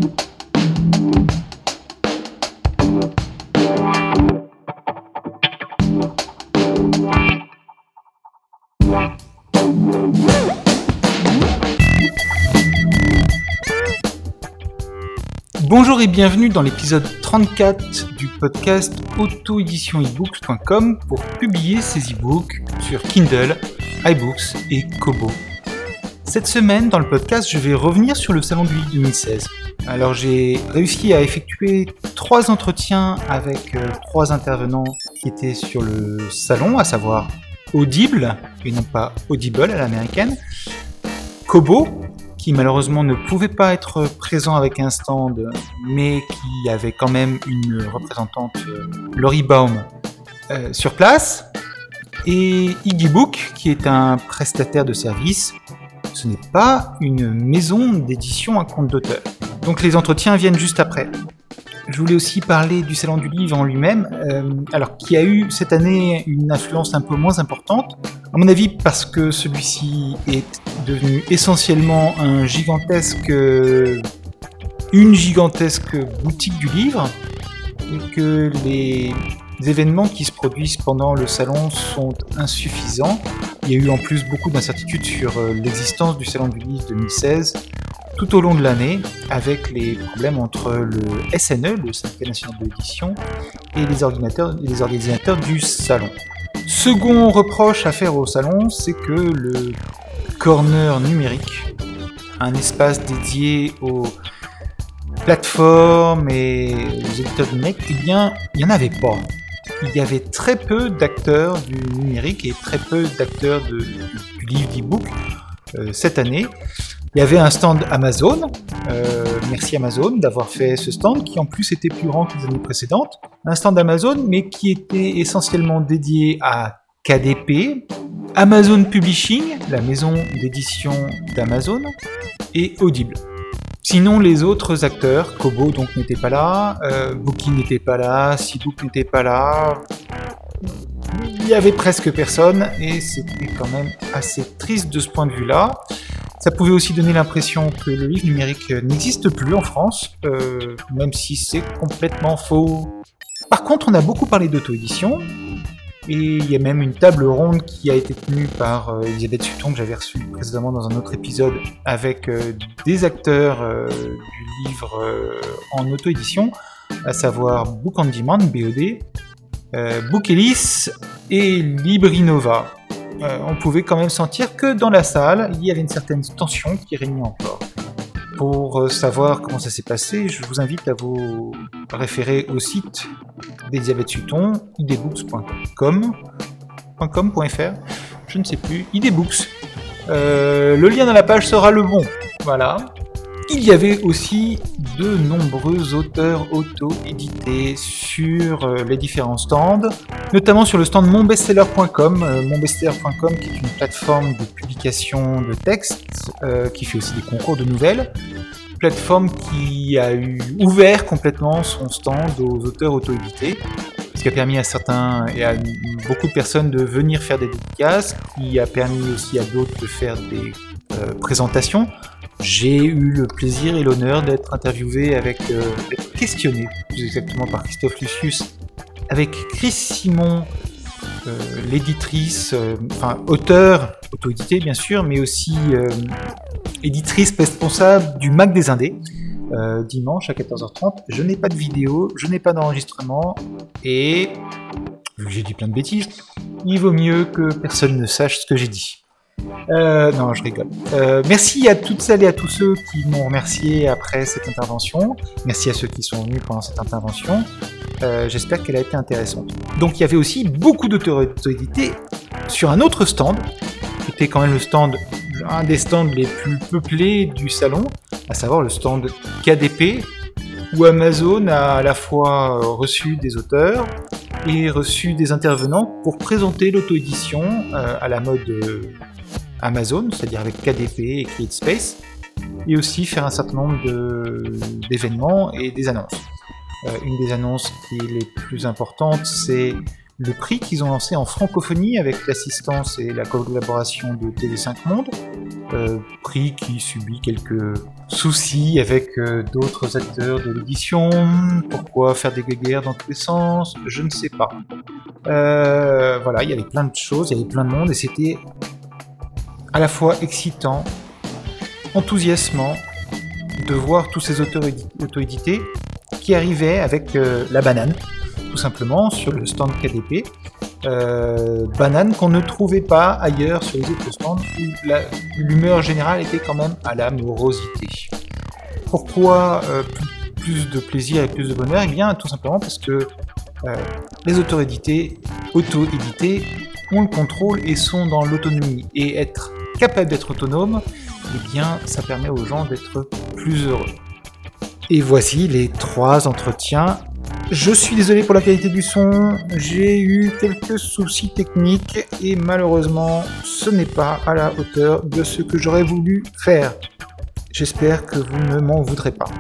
Bonjour et bienvenue dans l'épisode 34 du podcast autoéditionebooks.com pour publier ses e-books sur Kindle, iBooks et Kobo. Cette semaine, dans le podcast, je vais revenir sur le Salon du Livre 2016. Alors j'ai réussi à effectuer 3 entretiens avec 3 intervenants qui étaient sur le salon, à savoir Audible, et non pas Audible à l'américaine, Kobo, qui malheureusement ne pouvait pas être présent avec un stand, mais qui avait quand même une représentante, Laurie Baum, sur place, et Iggybook, qui est un prestataire de service. Ce n'est pas une maison d'édition à compte d'auteur. Donc les entretiens viennent juste après. Je voulais aussi parler du Salon du Livre en lui-même, alors qui a eu cette année une influence un peu moins importante, à mon avis parce que celui-ci est devenu essentiellement une gigantesque boutique du livre, et que les événements qui se produisent pendant le salon sont insuffisants. Il y a eu en plus beaucoup d'incertitudes sur l'existence du Salon du Livre 2016 tout au long de l'année, avec les problèmes entre le SNE, le Syndicat National de l'Édition, et les organisateurs du salon. Second reproche à faire au salon, c'est que le corner numérique, un espace dédié aux plateformes et aux éditeurs numériques, eh bien, il n'y en avait pas. Il y avait très peu d'acteurs du numérique et très peu d'acteurs du livre d'e-book cette année. Il y avait un stand Amazon, merci Amazon d'avoir fait ce stand, qui en plus était plus grand que les années précédentes. Un stand Amazon, mais qui était essentiellement dédié à KDP, Amazon Publishing, la maison d'édition d'Amazon, et Audible. Sinon, les autres acteurs, Kobo donc n'était pas là, Booking n'était pas là, Seabook n'était pas là. Il y avait presque personne, et c'était quand même assez triste de ce point de vue-là. Ça pouvait aussi donner l'impression que le livre numérique n'existe plus en France, même si c'est complètement faux. Par contre, on a beaucoup parlé d'auto-édition, et il y a même une table ronde qui a été tenue par Elisabeth Sutton, que j'avais reçue précédemment dans un autre épisode, avec des acteurs du livre en auto-édition, à savoir Book on Demand, BOD, Bookelis et Librinova. On pouvait quand même sentir que dans la salle, il y avait une certaine tension qui régnait encore. Pour savoir comment ça s'est passé, je vous invite à vous référer au site d'Elisabeth Sutton, idbooks.com.fr, je ne sais plus, idbooks. Le lien dans la page sera le bon, voilà. Il y avait aussi de nombreux auteurs auto-édités sur les différents stands, notamment sur le stand monbestseller.com, monbestseller.com qui est une plateforme de publication de textes, qui fait aussi des concours de nouvelles, plateforme qui a ouvert complètement son stand aux auteurs auto-édités, ce qui a permis à certains et à beaucoup de personnes de venir faire des dédicaces, qui a permis aussi à d'autres de faire des présentations. J'ai eu le plaisir et l'honneur d'être interviewé d'être questionné plus exactement par Christophe Lucius, avec Chris Simon, l'éditrice, auteur, auto-édité bien sûr, mais aussi éditrice responsable du Mac des Indés, dimanche à 14h30. Je n'ai pas de vidéo, je n'ai pas d'enregistrement, et vu que j'ai dit plein de bêtises, il vaut mieux que personne ne sache ce que j'ai dit. Non, je rigole. Merci à toutes celles et à tous ceux qui m'ont remercié après cette intervention. Merci à ceux qui sont venus pendant cette intervention. J'espère qu'elle a été intéressante. Donc il y avait aussi beaucoup d'auteurs auto-édités sur un autre stand, qui était quand même un des stands les plus peuplés du salon, à savoir le stand KDP, où Amazon a à la fois reçu des auteurs et reçu des intervenants pour présenter l'auto-édition à la mode Amazon, c'est-à-dire avec KDP et CreateSpace, et aussi faire un certain nombre d'événements et des annonces. Une des annonces qui est les plus importantes, c'est le prix qu'ils ont lancé en francophonie avec l'assistance et la collaboration de TV5 Monde, prix qui subit quelques soucis avec d'autres acteurs de l'édition. Pourquoi faire des guéguerres dans tous les sens? Je ne sais pas. Voilà, il y avait plein de choses, il y avait plein de monde, et c'était à la fois excitant, enthousiasmant, de voir tous ces auteurs auto-édités qui arrivaient avec la banane, tout simplement, sur le stand KDP. Banane qu'on ne trouvait pas ailleurs sur les autres stands où l'humeur générale était quand même à la morosité. Pourquoi plus de plaisir et plus de bonheur? Eh bien, tout simplement parce que les auto-édités ont le contrôle et sont dans l'autonomie. Et être capable d'être autonome, eh bien, ça permet aux gens d'être plus heureux. Et voici les 3 entretiens. Je suis désolé pour la qualité du son, j'ai eu quelques soucis techniques et malheureusement ce n'est pas à la hauteur de ce que j'aurais voulu faire. J'espère que vous ne m'en voudrez pas.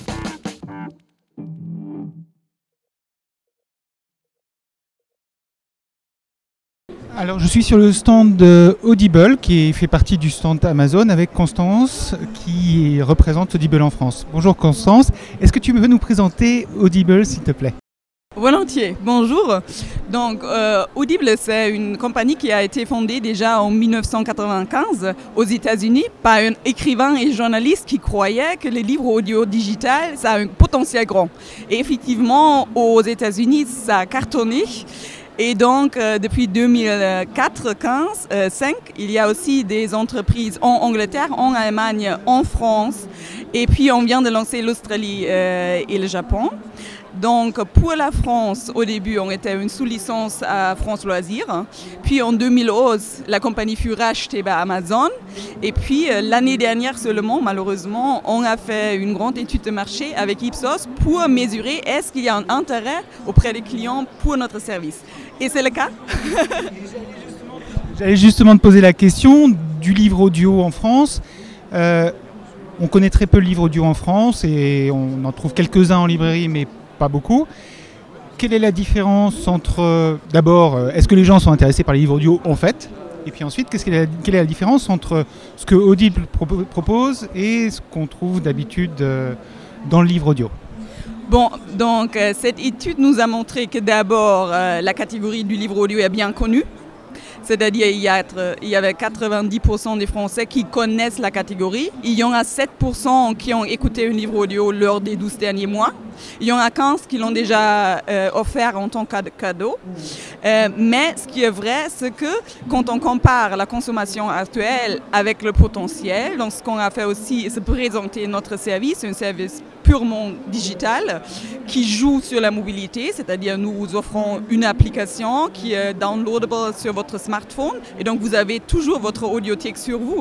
Alors je suis sur le stand de Audible qui fait partie du stand Amazon avec Constance qui représente Audible en France. Bonjour Constance, est-ce que tu veux nous présenter Audible s'il te plaît? Volontiers, bonjour. Donc Audible, c'est une compagnie qui a été fondée déjà en 1995 aux États-Unis par un écrivain et journaliste qui croyait que les livres audio digital, ça a un potentiel grand. Et effectivement, aux États-Unis, ça a cartonné. Et donc, depuis 2004-5, il y a aussi des entreprises en Angleterre, en Allemagne, en France. Et puis, on vient de lancer l'Australie et le Japon. Donc, pour la France, au début, on était une sous-licence à France Loisirs. Puis, en 2011, la compagnie fut rachetée par Amazon. Et puis, l'année dernière seulement, malheureusement, on a fait une grande étude de marché avec Ipsos pour mesurer est-ce qu'il y a un intérêt auprès des clients pour notre service. Et c'est le cas. J'allais justement te poser la question du livre audio en France. On connaît très peu le livre audio en France et on en trouve quelques-uns en librairie, mais pas beaucoup. Quelle est la différence entre, d'abord, est-ce que les gens sont intéressés par les livres audio en fait? Et puis ensuite, quelle est la différence entre ce que Audible propose et ce qu'on trouve d'habitude dans le livre audio? Bon, donc cette étude nous a montré que d'abord, la catégorie du livre audio est bien connue. C'est-à-dire il y avait 90% des Français qui connaissent la catégorie. Il y en a 7% qui ont écouté un livre audio lors des 12 derniers mois. Il y en a 15 qui l'ont déjà offert en tant que cadeau. Mais ce qui est vrai, c'est que quand on compare la consommation actuelle avec le potentiel, donc ce qu'on a fait aussi, c'est présenter notre service, un service purement digital qui joue sur la mobilité, c'est-à-dire nous vous offrons une application qui est downloadable sur votre smartphone et donc vous avez toujours votre audiothèque sur vous.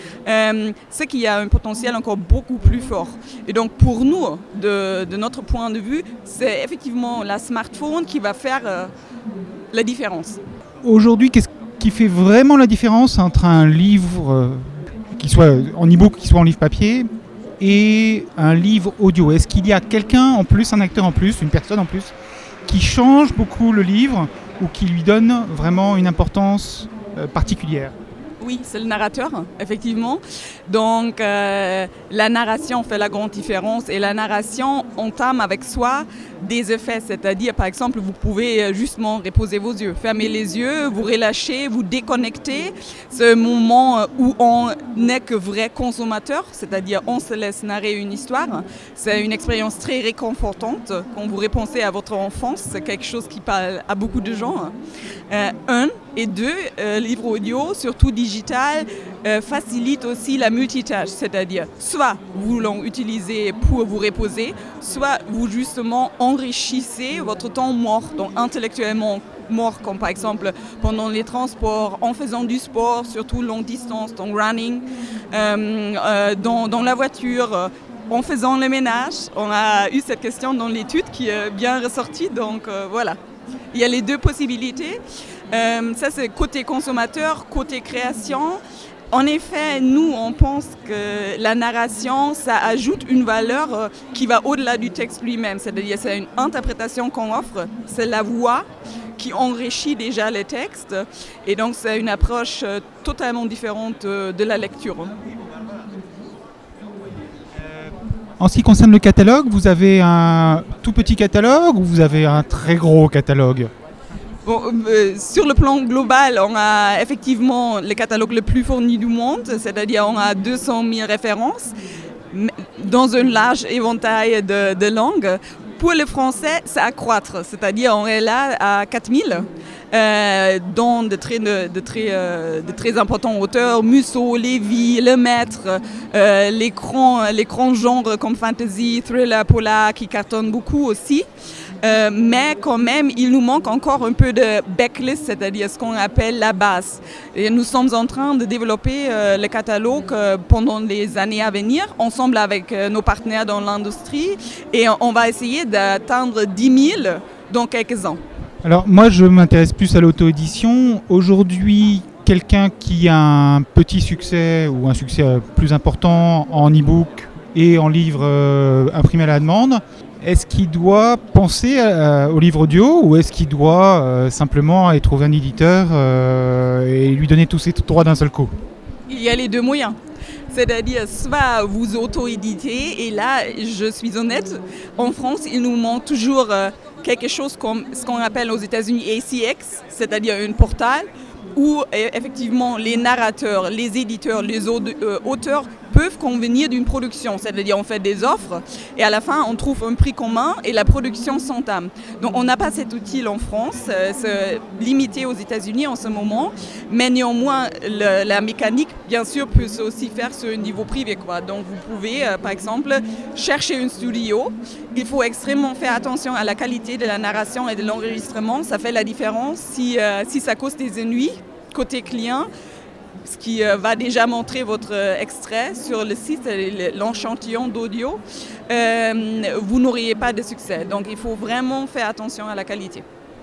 Ce qui a un potentiel encore beaucoup plus fort. Et donc pour nous, de notre point de vue, c'est effectivement la smartphone qui va faire la différence. Aujourd'hui, qu'est-ce qui fait vraiment la différence entre un livre qui soit en e-book, qui soit en livre papier, et un livre audio? Est-ce qu'il y a quelqu'un en plus, un acteur en plus, une personne en plus, qui change beaucoup le livre ou qui lui donne vraiment une importance particulière? Oui, c'est le narrateur, effectivement. Donc, la narration fait la grande différence et la narration entame avec soi des effets. C'est-à-dire, par exemple, vous pouvez justement reposer vos yeux, fermer les yeux, vous relâcher, vous déconnecter. C'est un moment où on n'est que vrai consommateur, c'est-à-dire on se laisse narrer une histoire. C'est une expérience très réconfortante. Quand vous repensez à votre enfance, c'est quelque chose qui parle à beaucoup de gens. Et deux, livre audio, surtout digital, facilite aussi la multitâche, c'est-à-dire soit vous l'utilisez pour vous reposer, soit vous justement enrichissez votre temps mort, donc intellectuellement mort, comme par exemple pendant les transports, en faisant du sport, surtout longue distance, donc running, dans la voiture, en faisant le ménage. On a eu cette question dans l'étude qui est bien ressortie, donc voilà. Il y a les deux possibilités. Ça, c'est côté consommateur, côté création. En effet, nous, on pense que la narration, ça ajoute une valeur qui va au-delà du texte lui-même. C'est-à-dire, c'est une interprétation qu'on offre, c'est la voix qui enrichit déjà les textes. Et donc c'est une approche totalement différente de la lecture. En ce qui concerne le catalogue, vous avez un tout petit catalogue ou vous avez un très gros catalogue ? Bon, sur le plan global, on a effectivement le catalogue le plus fourni du monde, c'est-à-dire on a 200 000 références dans un large éventail de langues. Pour le français, c'est à croître, c'est-à-dire on est là à 4 000, dont de très importants auteurs, Musso, Lévy, Lemaître, les grands genres comme fantasy, thriller, polar qui cartonnent beaucoup aussi. Mais quand même, il nous manque encore un peu de backlist, c'est-à-dire ce qu'on appelle la base. Et nous sommes en train de développer le catalogue pendant les années à venir, ensemble avec nos partenaires dans l'industrie, et on va essayer d'atteindre 10 000 dans quelques ans. Alors moi, je m'intéresse plus à l'auto-édition. Aujourd'hui, quelqu'un qui a un petit succès ou un succès plus important en e-book et en livre imprimé à la demande, est-ce qu'il doit penser au livre audio ou est-ce qu'il doit simplement aller trouver un éditeur et lui donner tous ses droits d'un seul coup ? Il y a les deux moyens. C'est-à-dire, soit vous auto-éditez, et là, je suis honnête, en France, il nous manque toujours quelque chose comme ce qu'on appelle aux États-Unis ACX, c'est-à-dire un portal où effectivement les narrateurs, les éditeurs, les auteurs peuvent convenir d'une production, c'est-à-dire on fait des offres et à la fin on trouve un prix commun et la production s'entame. Donc on n'a pas cet outil en France, c'est limité aux États-Unis en ce moment, mais néanmoins la mécanique bien sûr peut aussi faire sur un niveau privé, quoi. Donc vous pouvez par exemple chercher un studio, il faut extrêmement faire attention à la qualité de la narration et de l'enregistrement, ça fait la différence si ça cause des ennuis côté client. Ce qui va déjà montrer votre extrait sur le site, l'enchantillon d'audio, vous n'auriez pas de succès. Donc il faut vraiment faire attention à la qualité.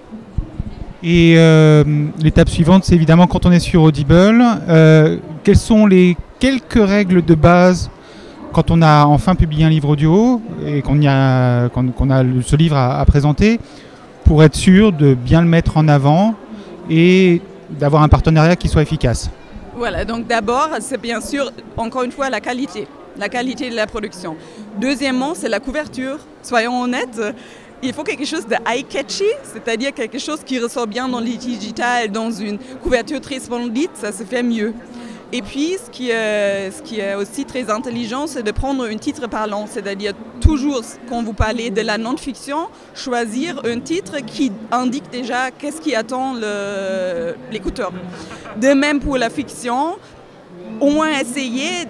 Et l'étape suivante, c'est évidemment quand on est sur Audible, quelles sont les quelques règles de base quand on a enfin publié un livre audio et qu'on a ce livre à présenter pour être sûr de bien le mettre en avant et d'avoir un partenariat qui soit efficace ? Voilà, donc d'abord, c'est bien sûr, encore une fois, la qualité de la production. Deuxièmement, c'est la couverture. Soyons honnêtes, il faut quelque chose de eye-catchy, c'est-à-dire quelque chose qui ressort bien dans le digital, dans une couverture très splendide, ça se fait mieux. Et puis, ce qui est aussi très intelligent, c'est de prendre un titre parlant, c'est-à-dire toujours, quand vous parlez de la non-fiction, choisir un titre qui indique déjà qu'est-ce qui attend l'écouteur. De même pour la fiction, au moins essayer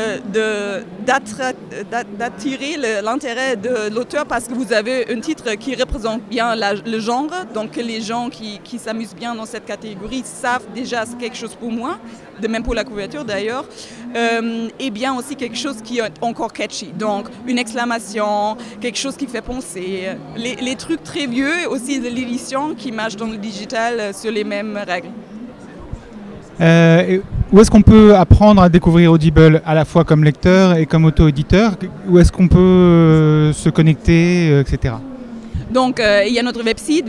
d'attirer l'intérêt de l'auteur parce que vous avez un titre qui représente bien le genre, donc les gens qui s'amusent bien dans cette catégorie savent déjà c'est quelque chose pour moi, de même pour la couverture d'ailleurs, et bien aussi quelque chose qui est encore catchy, donc une exclamation, quelque chose qui fait penser, les trucs très vieux aussi de l'édition qui marchent dans le digital sur les mêmes règles. Où est-ce qu'on peut apprendre à découvrir Audible à la fois comme lecteur et comme auto-éditeur ? Où est-ce qu'on peut se connecter, etc. Donc, il y a notre website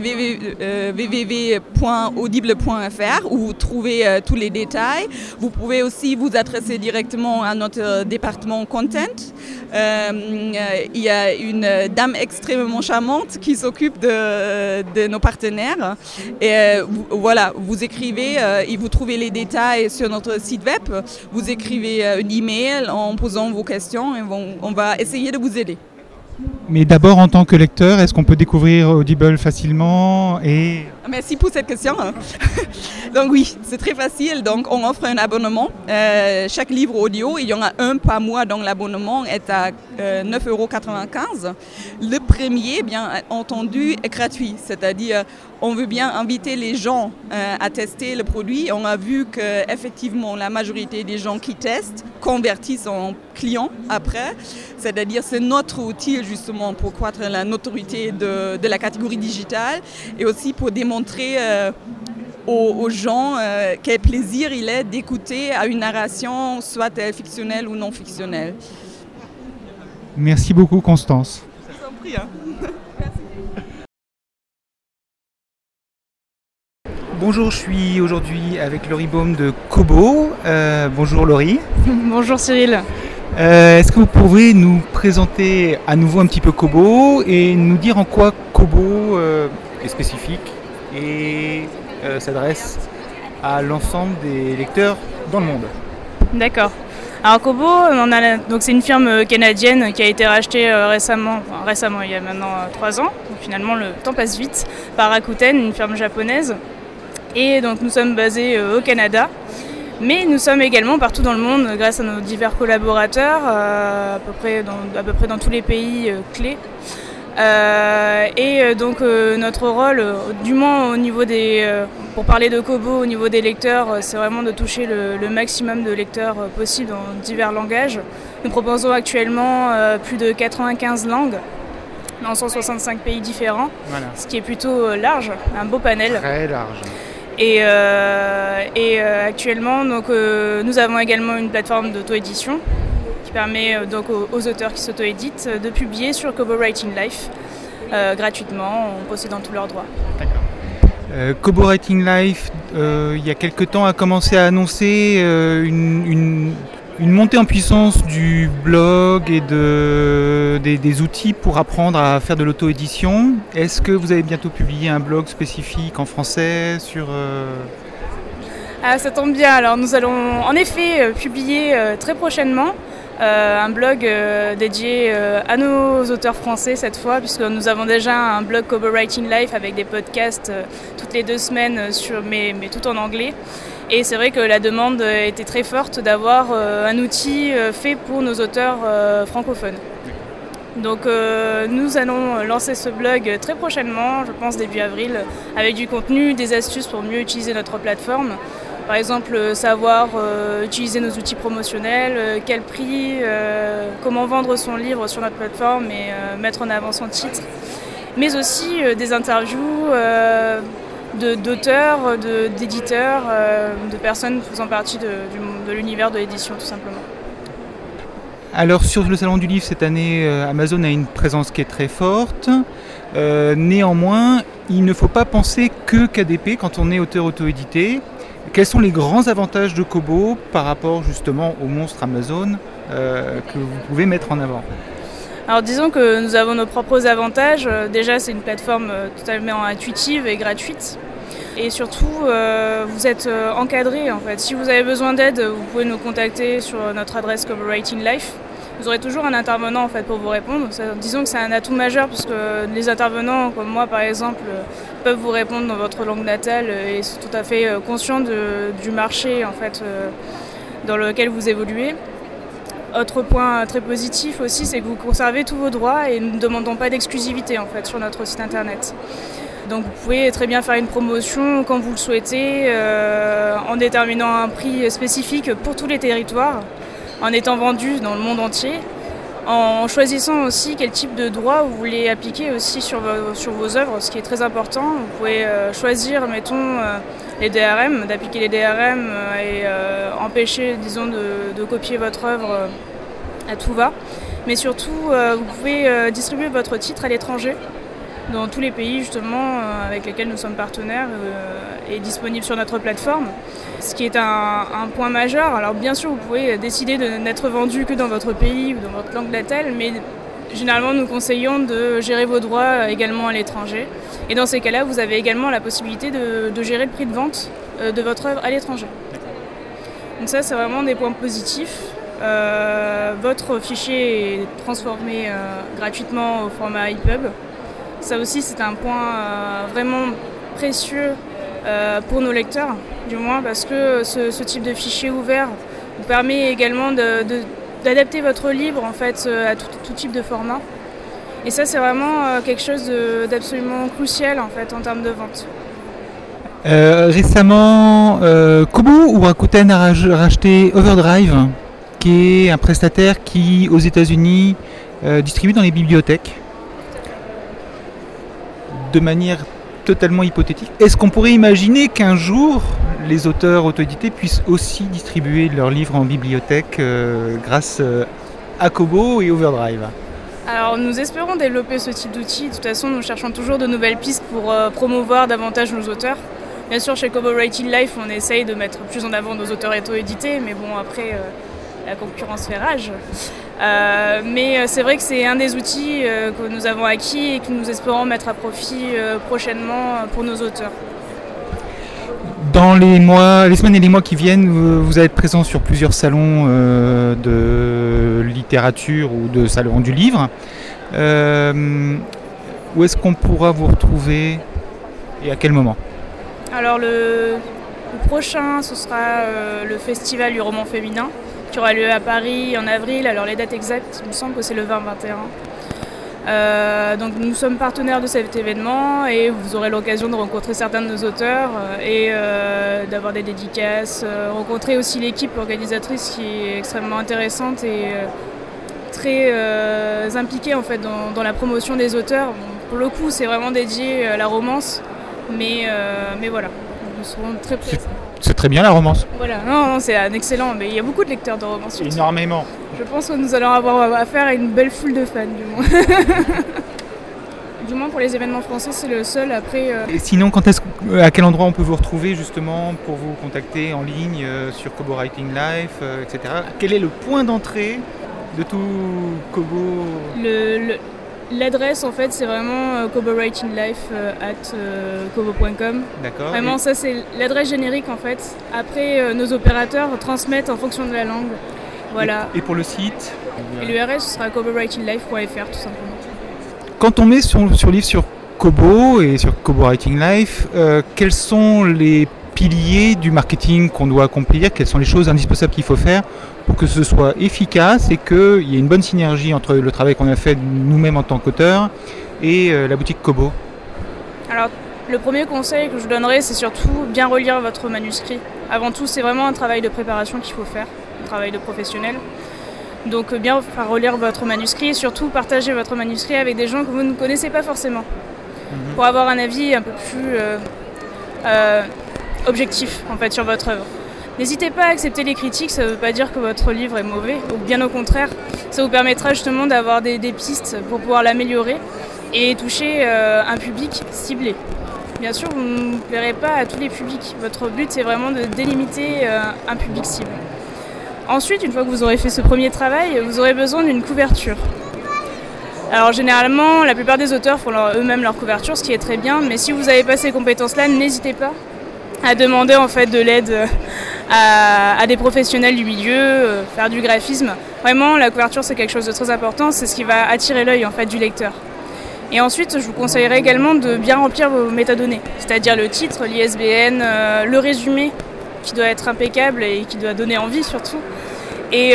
www.audible.fr où vous trouvez tous les détails. Vous pouvez aussi vous adresser directement à notre département content. Il y a une dame extrêmement charmante qui s'occupe de nos partenaires. Et voilà, vous écrivez et vous trouvez les détails sur notre site web. Vous écrivez un email en posant vos questions et on va essayer de vous aider. Mais d'abord, en tant que lecteur, est-ce qu'on peut découvrir Audible facilement et... Merci pour cette question. Donc oui, c'est très facile. Donc on offre un abonnement. Chaque livre audio, il y en a un par mois, donc l'abonnement est à 9,95 €. Le premier, bien entendu, est gratuit. C'est-à-dire, on veut bien inviter les gens à tester le produit. On a vu qu'effectivement, la majorité des gens qui testent convertissent en clients après. C'est-à-dire, c'est notre outil justement pour croître la notoriété de la catégorie digitale et aussi pour démontrer aux gens quel plaisir il est d'écouter à une narration, soit fictionnelle ou non fictionnelle. Merci beaucoup, Constance. Je vous en prie. Bonjour, je suis aujourd'hui avec Laurie Baume de Kobo. Bonjour Laurie. Bonjour Cyril. Est-ce que vous pouvez nous présenter à nouveau un petit peu Kobo et nous dire en quoi Kobo est spécifique et s'adresse à l'ensemble des lecteurs dans le monde? D'accord. Alors Kobo, donc c'est une firme canadienne qui a été rachetée récemment, il y a maintenant 3 ans. Donc finalement le temps passe vite, par Rakuten, une firme japonaise. Et donc nous sommes basés au Canada, mais nous sommes également partout dans le monde grâce à nos divers collaborateurs, à peu près dans tous les pays clés. Donc notre rôle, du moins au niveau pour parler de Kobo, au niveau des lecteurs, c'est vraiment de toucher le maximum de lecteurs possible dans divers langages. Nous proposons actuellement plus de 95 langues dans 165 pays différents, voilà. Ce qui est plutôt large, un beau panel. Très large. Et actuellement, donc, nous avons également une plateforme d'auto-édition qui permet donc aux auteurs qui s'auto-éditent de publier sur Kobo Writing Life gratuitement en possédant tous leurs droits. D'accord. Kobo Writing Life, il y a quelque temps, a commencé à annoncer une montée en puissance du blog et des outils pour apprendre à faire de l'auto-édition. Est-ce que vous allez bientôt publier un blog spécifique en français sur... Ah, ça tombe bien. Alors nous allons en effet publier très prochainement un blog dédié à nos auteurs français cette fois, puisque nous avons déjà un blog Kobo Writing Life avec des podcasts toutes les 2 semaines, mais tout en anglais. Et c'est vrai que la demande était très forte d'avoir un outil fait pour nos auteurs francophones. Donc nous allons lancer ce blog très prochainement, je pense début avril, avec du contenu, des astuces pour mieux utiliser notre plateforme. Par exemple, savoir utiliser nos outils promotionnels, quel prix, comment vendre son livre sur notre plateforme et mettre en avant son titre. Mais aussi des interviews d'auteurs, d'éditeurs, de personnes faisant partie de l'univers de l'édition tout simplement. Alors sur le Salon du Livre cette année, Amazon a une présence qui est très forte. Néanmoins, il ne faut pas penser que KDP quand on est auteur auto-édité. Quels sont les grands avantages de Kobo par rapport justement au monstre Amazon que vous pouvez mettre en avant? Alors disons que nous avons nos propres avantages. Déjà c'est une plateforme totalement intuitive et gratuite. Et surtout vous êtes encadré en fait. Si vous avez besoin d'aide, vous pouvez nous contacter sur notre adresse Kobo Writing Life. Vous aurez toujours un intervenant en fait pour vous répondre. Disons que c'est un atout majeur puisque les intervenants comme moi par exemple peuvent vous répondre dans votre langue natale et sont tout à fait conscients du marché en fait dans lequel vous évoluez. Autre point très positif aussi, c'est que vous conservez tous vos droits et nous ne demandons pas d'exclusivité en fait sur notre site internet. Donc vous pouvez très bien faire une promotion quand vous le souhaitez en déterminant un prix spécifique pour tous les territoires, en étant vendu dans le monde entier, en choisissant aussi quel type de droit vous voulez appliquer aussi sur vos œuvres, ce qui est très important. Vous pouvez choisir, mettons, les DRM, d'appliquer les DRM et empêcher, disons, de copier votre œuvre à tout va. Mais surtout, vous pouvez distribuer votre titre à l'étranger, dans tous les pays justement avec lesquels nous sommes partenaires et disponibles sur notre plateforme, ce qui est un point majeur. Alors bien sûr vous pouvez décider de n'être vendu que dans votre pays ou dans votre langue natale, mais généralement nous conseillons de gérer vos droits également à l'étranger. Et dans ces cas-là vous avez également la possibilité de gérer le prix de vente de votre œuvre à l'étranger. Donc ça c'est vraiment des points positifs. Votre fichier est transformé gratuitement au format EPUB. Ça aussi, c'est un point vraiment précieux pour nos lecteurs, du moins, parce que ce type de fichier ouvert vous permet également d'adapter votre livre en fait, à tout type de format. Et ça, c'est vraiment quelque chose d'absolument crucial en fait, en termes de vente. Récemment, Kobo ou Rakuten a racheté Overdrive, qui est un prestataire qui, aux États-Unis, distribue dans les bibliothèques. De manière totalement hypothétique, est-ce qu'on pourrait imaginer qu'un jour les auteurs auto-édités puissent aussi distribuer leurs livres en bibliothèque grâce à Kobo et Overdrive? Alors nous espérons développer ce type d'outils. De toute façon, nous cherchons toujours de nouvelles pistes pour promouvoir davantage nos auteurs, Bien sûr, chez Kobo Writing Life, on essaye de mettre plus en avant nos auteurs auto-édités, mais bon, après, la concurrence fait rage. Mais c'est vrai que c'est un des outils que nous avons acquis et que nous espérons mettre à profit prochainement pour nos auteurs. Dans les semaines et les mois qui viennent, vous allez être présent sur plusieurs salons de littérature ou de salons du livre. Où est-ce qu'on pourra vous retrouver et à quel moment ? Alors le prochain, ce sera le festival du roman féminin qui aura lieu à Paris en avril. Alors les dates exactes, il me semble que c'est le 20-21. Donc nous sommes partenaires de cet événement et vous aurez l'occasion de rencontrer certains de nos auteurs et d'avoir des dédicaces, rencontrer aussi l'équipe organisatrice qui est extrêmement intéressante et très impliquée en fait dans la promotion des auteurs. Bon, pour le coup, c'est vraiment dédié à la romance, mais voilà, nous serons très présents. C'est très bien la romance. Voilà, non, c'est un excellent, mais il y a beaucoup de lecteurs de romance. Énormément. Je pense que nous allons avoir affaire à une belle foule de fans, du moins. Du moins pour les événements français, c'est le seul. Après. Et sinon, à quel endroit on peut vous retrouver justement pour vous contacter en ligne sur Kobo Writing Life, etc. Quel est le point d'entrée de tout Kobo? L'adresse en fait c'est vraiment kobowritinglife@kobo.com. D'accord. Vraiment ça c'est l'adresse générique en fait. Après nos opérateurs transmettent en fonction de la langue. Voilà. Et pour le site? Et l'URL ce sera kobowritinglife.fr tout simplement. Quand on met sur livre sur Kobo et sur Kobo Writing Life, quels sont les piliers du marketing qu'on doit accomplir? Quelles sont les choses indispensables qu'il faut faire pour que ce soit efficace et qu'il y ait une bonne synergie entre le travail qu'on a fait nous-mêmes en tant qu'auteurs et la boutique Kobo? Alors, le premier conseil que je donnerais, c'est surtout bien relire votre manuscrit. Avant tout, c'est vraiment un travail de préparation qu'il faut faire, un travail de professionnel. Donc, bien relire votre manuscrit et surtout partager votre manuscrit avec des gens que vous ne connaissez pas forcément pour avoir un avis un peu plus objectif en fait, sur votre œuvre. N'hésitez pas à accepter les critiques, ça ne veut pas dire que votre livre est mauvais, ou bien au contraire, ça vous permettra justement d'avoir des pistes pour pouvoir l'améliorer et toucher un public ciblé. Bien sûr, vous ne plairez pas à tous les publics, votre but c'est vraiment de délimiter un public cible. Ensuite, une fois que vous aurez fait ce premier travail, vous aurez besoin d'une couverture. Alors généralement, la plupart des auteurs font eux-mêmes leur couverture, ce qui est très bien, mais si vous n'avez pas ces compétences-là, n'hésitez pas à demander en fait de l'aide à des professionnels du milieu, faire du graphisme. Vraiment, la couverture c'est quelque chose de très important, c'est ce qui va attirer l'œil en fait du lecteur. Et ensuite, je vous conseillerais également de bien remplir vos métadonnées, c'est-à-dire le titre, l'ISBN, le résumé qui doit être impeccable et qui doit donner envie surtout. Et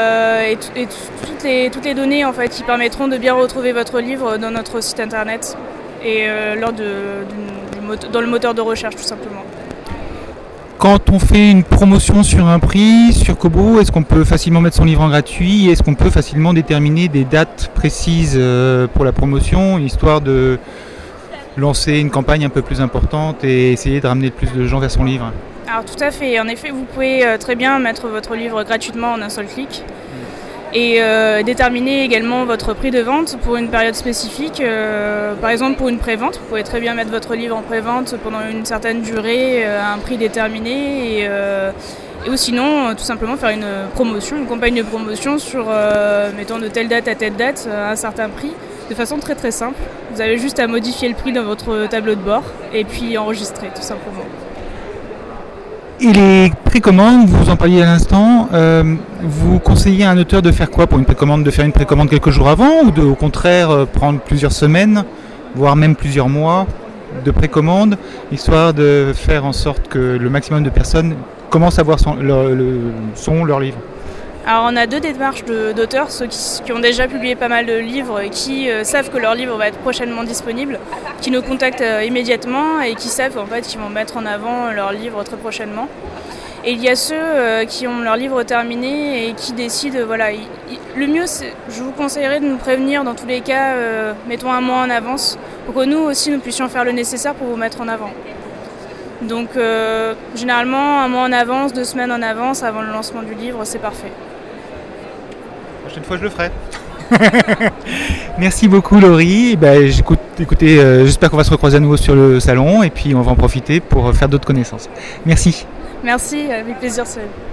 toutes les données en fait, qui permettront de bien retrouver votre livre dans notre site internet et dans le moteur de recherche tout simplement. Quand on fait une promotion sur un prix, sur Kobo, est-ce qu'on peut facilement mettre son livre en gratuit? Est-ce qu'on peut facilement déterminer des dates précises pour la promotion, histoire de lancer une campagne un peu plus importante et essayer de ramener plus de gens vers son livre? Alors tout à fait, en effet vous pouvez très bien mettre votre livre gratuitement en un seul clic et déterminer également votre prix de vente pour une période spécifique. Par exemple pour une prévente, vous pouvez très bien mettre votre livre en prévente pendant une certaine durée à un prix déterminé ou sinon tout simplement faire une promotion, une campagne de promotion sur mettons de telle date à telle date à un certain prix de façon très très simple. Vous avez juste à modifier le prix dans votre tableau de bord et puis enregistrer tout simplement. Et les précommandes, vous en parliez à l'instant, vous conseillez à un auteur de faire quoi pour une précommande? De faire une précommande quelques jours avant ou au contraire prendre plusieurs semaines, voire même plusieurs mois de précommande, histoire de faire en sorte que le maximum de personnes commencent à voir leur livre? Alors on a deux démarches d'auteurs, ceux qui ont déjà publié pas mal de livres et qui savent que leur livre va être prochainement disponible, qui nous contactent immédiatement et qui savent en fait qu'ils vont mettre en avant leur livre très prochainement. Et il y a ceux qui ont leur livre terminé et qui décident, voilà, le mieux je vous conseillerais de nous prévenir dans tous les cas, mettons un mois en avance, pour que nous aussi nous puissions faire le nécessaire pour vous mettre en avant. Donc généralement un mois en avance, 2 semaines en avance avant le lancement du livre, c'est parfait. La prochaine fois je le ferai. Merci beaucoup Laurie. Écoutez, j'espère qu'on va se recroiser à nouveau sur le salon et puis on va en profiter pour faire d'autres connaissances. Merci. Merci, avec plaisir.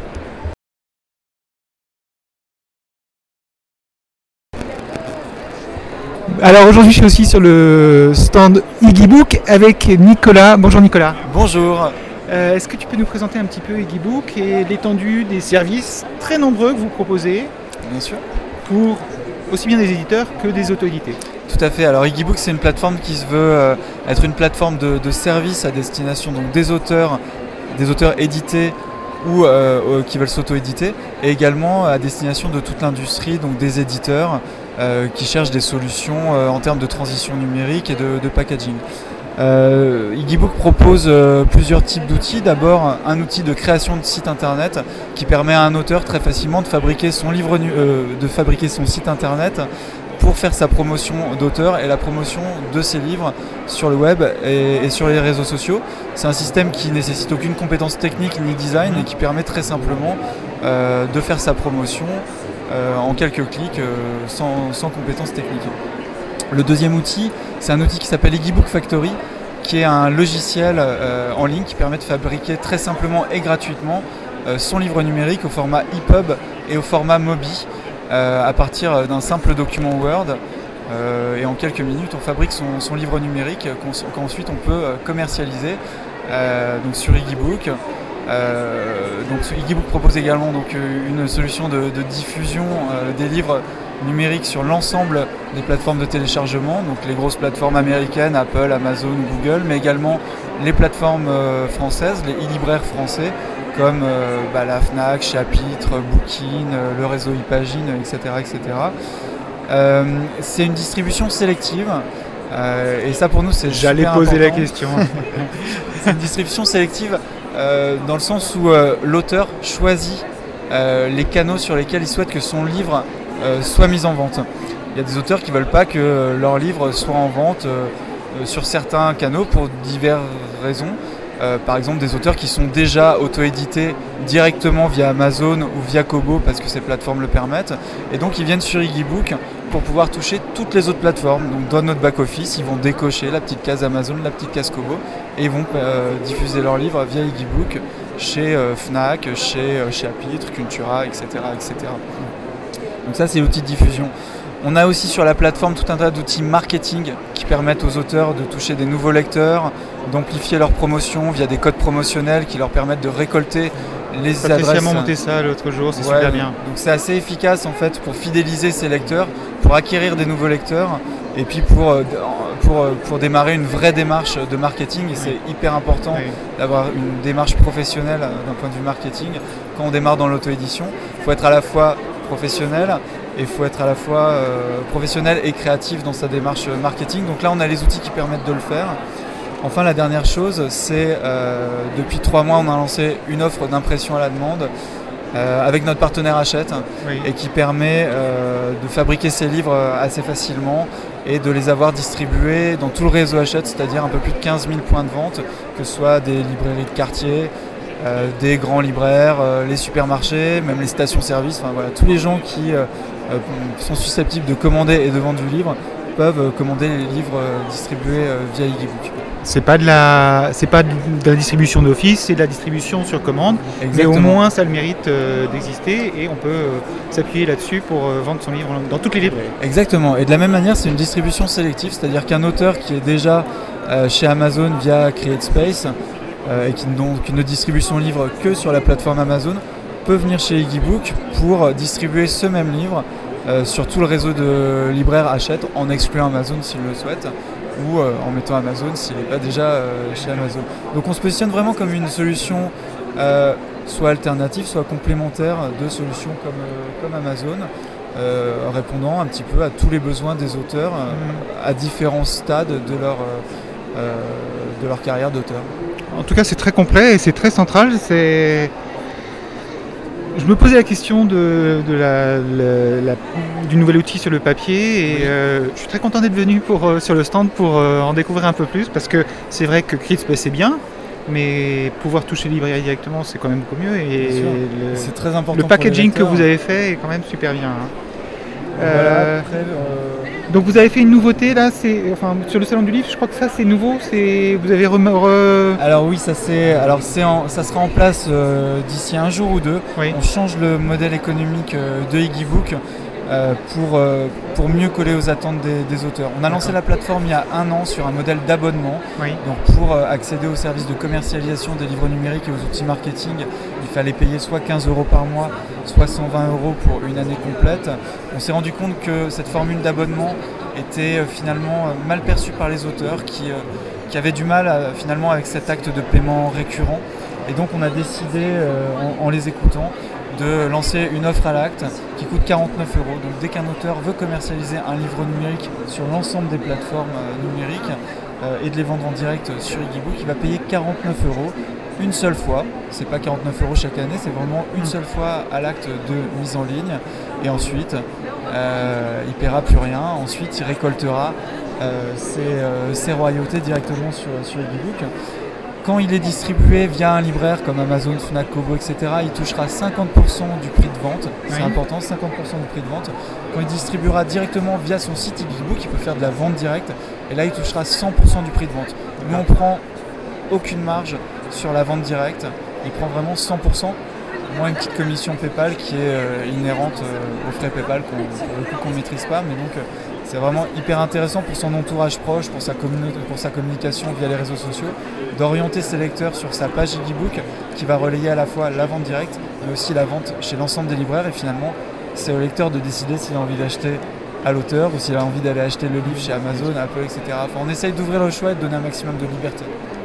Alors aujourd'hui je suis aussi sur le stand Iggybook avec Nicolas. Bonjour Nicolas. Bonjour. Est-ce que tu peux nous présenter un petit peu Iggybook et l'étendue des services très nombreux que vous proposez? Bien sûr. Pour aussi bien des éditeurs que des auto-édités. Tout à fait. Alors Iggybook, c'est une plateforme qui se veut être une plateforme de service à destination donc des auteurs édités ou qui veulent s'auto-éditer, et également à destination de toute l'industrie, donc des éditeurs qui cherchent des solutions en termes de transition numérique et de packaging. Iggybook propose plusieurs types d'outils. D'abord, un outil de création de site internet qui permet à un auteur très facilement de fabriquer son site internet pour faire sa promotion d'auteur et la promotion de ses livres sur le web et sur les réseaux sociaux. C'est un système qui nécessite aucune compétence technique ni design et qui permet très simplement de faire sa promotion en quelques clics sans compétences techniques. Le deuxième outil, c'est un outil qui s'appelle Iggybook Factory, qui est un logiciel en ligne qui permet de fabriquer très simplement et gratuitement son livre numérique au format EPUB et au format Mobi à partir d'un simple document Word. Et en quelques minutes, on fabrique son livre numérique qu'ensuite on peut commercialiser donc sur Iggybook. Iggybook propose également donc, une solution de diffusion des livres numériques sur l'ensemble des plateformes de téléchargement, donc les grosses plateformes américaines, Apple, Amazon, Google, mais également les plateformes françaises, les e-libraires français, comme la Fnac, Chapitre, Bookin, le réseau ePagine, etc. C'est une distribution sélective. Et ça pour nous c'est J'allais super poser important. la question. C'est une distribution sélective dans le sens où l'auteur choisit les canaux sur lesquels il souhaite que son livre soit mis en vente. Il y a des auteurs qui ne veulent pas que leur livre soit en vente sur certains canaux pour diverses raisons. Par exemple des auteurs qui sont déjà auto-édités directement via Amazon ou via Kobo parce que ces plateformes le permettent, et donc ils viennent sur Iggybook pour pouvoir toucher toutes les autres plateformes. Donc dans notre back-office, ils vont décocher la petite case Amazon, la petite case Kobo, et ils vont diffuser leurs livres via Iggybook chez Fnac, chez Chapitre, Cultura, etc. Donc ça c'est l'outil de diffusion. On a aussi sur la plateforme tout un tas d'outils marketing qui permettent aux auteurs de toucher des nouveaux lecteurs, d'amplifier leur promotion via des codes promotionnels qui leur permettent de récolter les adresses. Patricia m'a monté ça l'autre jour, c'est super bien. Donc c'est assez efficace en fait pour fidéliser ces lecteurs, pour acquérir des nouveaux lecteurs et puis pour démarrer une vraie démarche de marketing. Et c'est hyper important d'avoir une démarche professionnelle d'un point de vue marketing. Quand on démarre dans l'auto-édition, il faut être à la fois professionnel et il faut être à la fois professionnel et créatif dans sa démarche marketing. Donc là on a les outils qui permettent de le faire. Enfin la dernière chose, c'est depuis 3 mois on a lancé une offre d'impression à la demande avec notre partenaire Hachette et qui permet de fabriquer ces livres assez facilement et de les avoir distribués dans tout le réseau Hachette, c'est-à-dire un peu plus de 15 000 points de vente, que ce soit des librairies de quartier, des grands libraires, les supermarchés, même les stations-service, enfin voilà, tous les gens qui sont susceptibles de commander et de vendre du livre peuvent commander les livres distribués via Iggybook. C'est pas de la distribution d'office, c'est de la distribution sur commande. Exactement. Mais au moins ça a le mérite d'exister et on peut s'appuyer là-dessus pour vendre son livre dans toutes les librairies. Exactement. Et de la même manière, c'est une distribution sélective, c'est-à-dire qu'un auteur qui est déjà chez Amazon via CreateSpace et qui ne distribue son livre que sur la plateforme Amazon peut venir chez Iggybook pour distribuer ce même livre sur tout le réseau de libraires Hachette en excluant Amazon s'il le souhaite, ou en mettant Amazon s'il n'est pas déjà chez Amazon. Donc on se positionne vraiment comme une solution soit alternative, soit complémentaire de solutions comme Amazon, répondant un petit peu à tous les besoins des auteurs à différents stades de leur carrière d'auteur. En tout cas c'est très complet et c'est très central. Je me posais la question du nouvel outil sur le papier et je suis très content d'être venu sur le stand pour en découvrir un peu plus, parce que c'est vrai que CreateSpace c'est bien, mais pouvoir toucher les librairies directement c'est quand même beaucoup mieux, et c'est très important. Le packaging que vous avez fait est quand même super bien. Voilà, après, Donc vous avez fait une nouveauté là, sur le salon du livre, je crois que ça c'est nouveau, vous avez Alors oui, ça sera en place d'ici un jour ou deux. Oui. On change le modèle économique de Iggybook pour mieux coller aux attentes des auteurs. On a lancé la plateforme il y a 1 an sur un modèle d'abonnement. Oui. Donc pour accéder aux services de commercialisation des livres numériques et aux outils marketing, il fallait payer soit 15 € par mois, soit 120 € pour une année complète. On s'est rendu compte que cette formule d'abonnement était finalement mal perçue par les auteurs qui avaient du mal finalement avec cet acte de paiement récurrent. Et donc on a décidé, en les écoutant, de lancer une offre à l'acte qui coûte 49 €. Donc dès qu'un auteur veut commercialiser un livre numérique sur l'ensemble des plateformes numériques et de les vendre en direct sur Iggybook, il va payer 49 € une seule fois. C'est pas 49 € chaque année, c'est vraiment une seule fois à l'acte de mise en ligne. Et ensuite, il paiera plus rien. Ensuite, il récoltera ses royautés directement sur Iggybook. Quand il est distribué via un libraire comme Amazon, Fnac, Kobo, etc., il touchera 50% du prix de vente. C'est important, 50% du prix de vente. Quand il distribuera directement via son site Iggybook, il peut faire de la vente directe. Et là, il touchera 100% du prix de vente. Nous, on prend aucune marge sur la vente directe. Il prend vraiment 100%. Moins une petite commission PayPal qui est inhérente aux frais PayPal qu'on ne maîtrise pas. Mais donc, c'est vraiment hyper intéressant pour son entourage proche, pour sa communication via les réseaux sociaux, d'orienter ses lecteurs sur sa page Iggybook qui va relayer à la fois la vente directe, mais aussi la vente chez l'ensemble des libraires. Et finalement, c'est au lecteur de décider s'il a envie d'acheter à l'auteur ou s'il a envie d'aller acheter le livre chez Amazon, Apple, etc. Enfin, on essaye d'ouvrir le choix et de donner un maximum de liberté.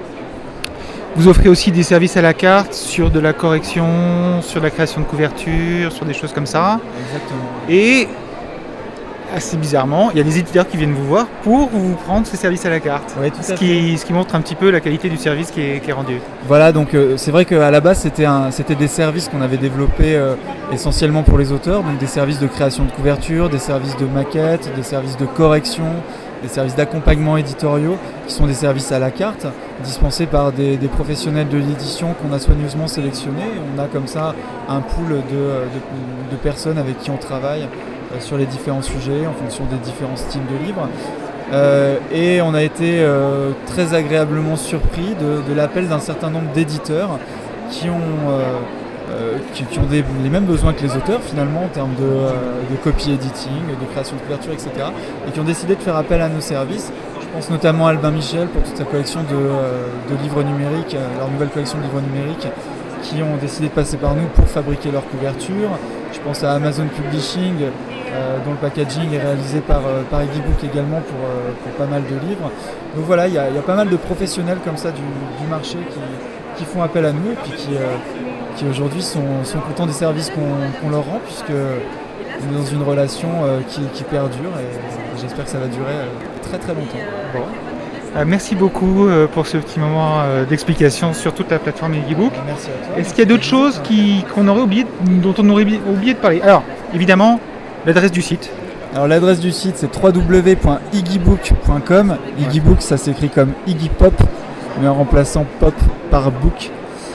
Vous offrez aussi des services à la carte sur de la correction, sur la création de couverture, sur des choses comme ça. Exactement. Et assez bizarrement, il y a des éditeurs qui viennent vous voir pour vous prendre ces services à la carte. Oui, tout à fait. Ce qui montre un petit peu la qualité du service qui est rendu. Voilà, donc c'est vrai qu'à la base c'était des services qu'on avait développés essentiellement pour les auteurs, donc des services de création de couverture, des services de maquette, des services de correction, des services d'accompagnement éditoriaux qui sont des services à la carte dispensés par des professionnels de l'édition qu'on a soigneusement sélectionnés. On a comme ça un pool de personnes avec qui on travaille sur les différents sujets en fonction des différents styles de livres. Et on a été très agréablement surpris de l'appel d'un certain nombre d'éditeurs qui ont les mêmes besoins que les auteurs finalement en termes de copy editing, de création de couverture, etc. et qui ont décidé de faire appel à nos services. Je pense notamment à Albin Michel pour toute sa collection de livres numériques, leur nouvelle collection de livres numériques, qui ont décidé de passer par nous pour fabriquer leur couverture. Je pense à Amazon Publishing, dont le packaging est réalisé par Iggybook également pour pas mal de livres. Donc voilà, il y a pas mal de professionnels comme ça du marché qui font appel à nous et puis qui aujourd'hui sont contents des services qu'on leur rend, puisque on est dans une relation qui perdure et j'espère que ça va durer très très longtemps. Bon. Merci beaucoup pour ce petit moment d'explication sur toute la plateforme Iggybook. Merci à toi. Est-ce qu'il y a d'autres choses dont on aurait oublié de parler? Alors, évidemment, l'adresse du site. Alors l'adresse du site c'est www.iggybook.com. Iggybook ça s'écrit comme Iggy Pop, mais en remplaçant pop par book.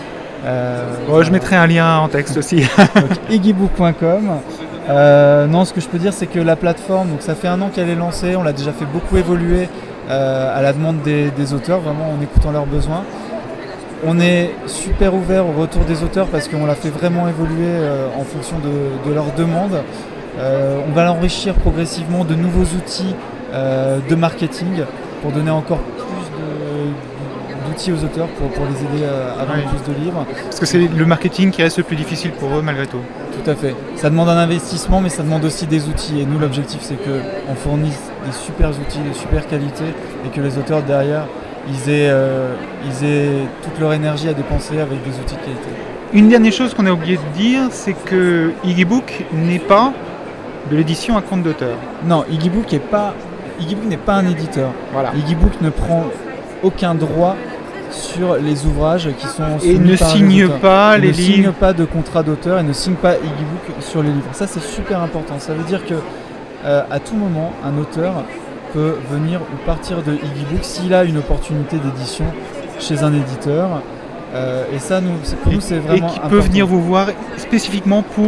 Je mettrai un lien en texte aussi. Donc iggybook.com. Non, ce que je peux dire c'est que la plateforme, donc ça fait 1 an qu'elle est lancée, on l'a déjà fait beaucoup évoluer à la demande des auteurs, vraiment en écoutant leurs besoins. On est super ouvert au retour des auteurs parce qu'on l'a fait vraiment évoluer en fonction de leurs demandes. On va l'enrichir progressivement de nouveaux outils de marketing pour donner encore plus d'outils aux auteurs pour les aider à vendre plus de livres. Parce que c'est le marketing qui reste le plus difficile pour eux malgré tout. Tout à fait. Ça demande un investissement, mais ça demande aussi des outils. Et nous, l'objectif, c'est qu'on fournisse des super outils de super qualité et que les auteurs derrière, ils aient toute leur énergie à dépenser avec des outils de qualité. Une dernière chose qu'on a oublié de dire, c'est que Iggybook n'est pas de l'édition à compte d'auteur. Non, Iggybook n'est pas un éditeur. Voilà. Iggybook ne prend aucun droit sur les ouvrages qui sont soumis et ne par signe les auteurs. pas les livres. Ne signe livres. pas de contrat d'auteur et ne signe pas Iggybook sur les livres. Ça, c'est super important. Ça veut dire que à tout moment, un auteur peut venir ou partir de Iggybook s'il a une opportunité d'édition chez un éditeur. Et ça, pour nous, c'est vraiment important. Et qui peut venir vous voir spécifiquement pour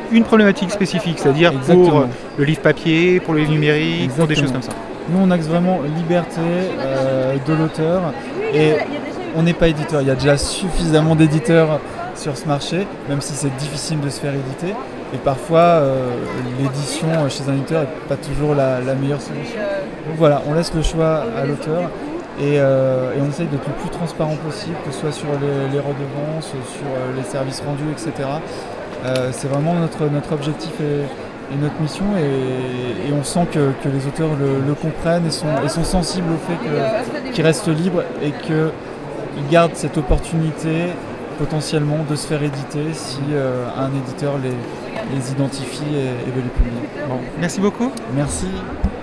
une problématique spécifique, c'est-à-dire Exactement. pour le livre papier, pour le livre numérique, pour des choses comme ça. Nous, on axe vraiment liberté de l'auteur et on n'est pas éditeur. Il y a déjà suffisamment d'éditeurs sur ce marché, même si c'est difficile de se faire éditer. Et parfois, l'édition chez un éditeur n'est pas toujours la meilleure solution. Donc voilà, on laisse le choix à l'auteur et on essaye d'être le plus transparent possible, que ce soit sur les redevances, sur les services rendus, etc. C'est vraiment notre objectif et notre mission et on sent que les auteurs le comprennent et sont sensibles au fait qu'ils restent libres et qu'ils gardent cette opportunité potentiellement de se faire éditer si un éditeur les identifie et veut les publier. Bon, merci beaucoup. Merci.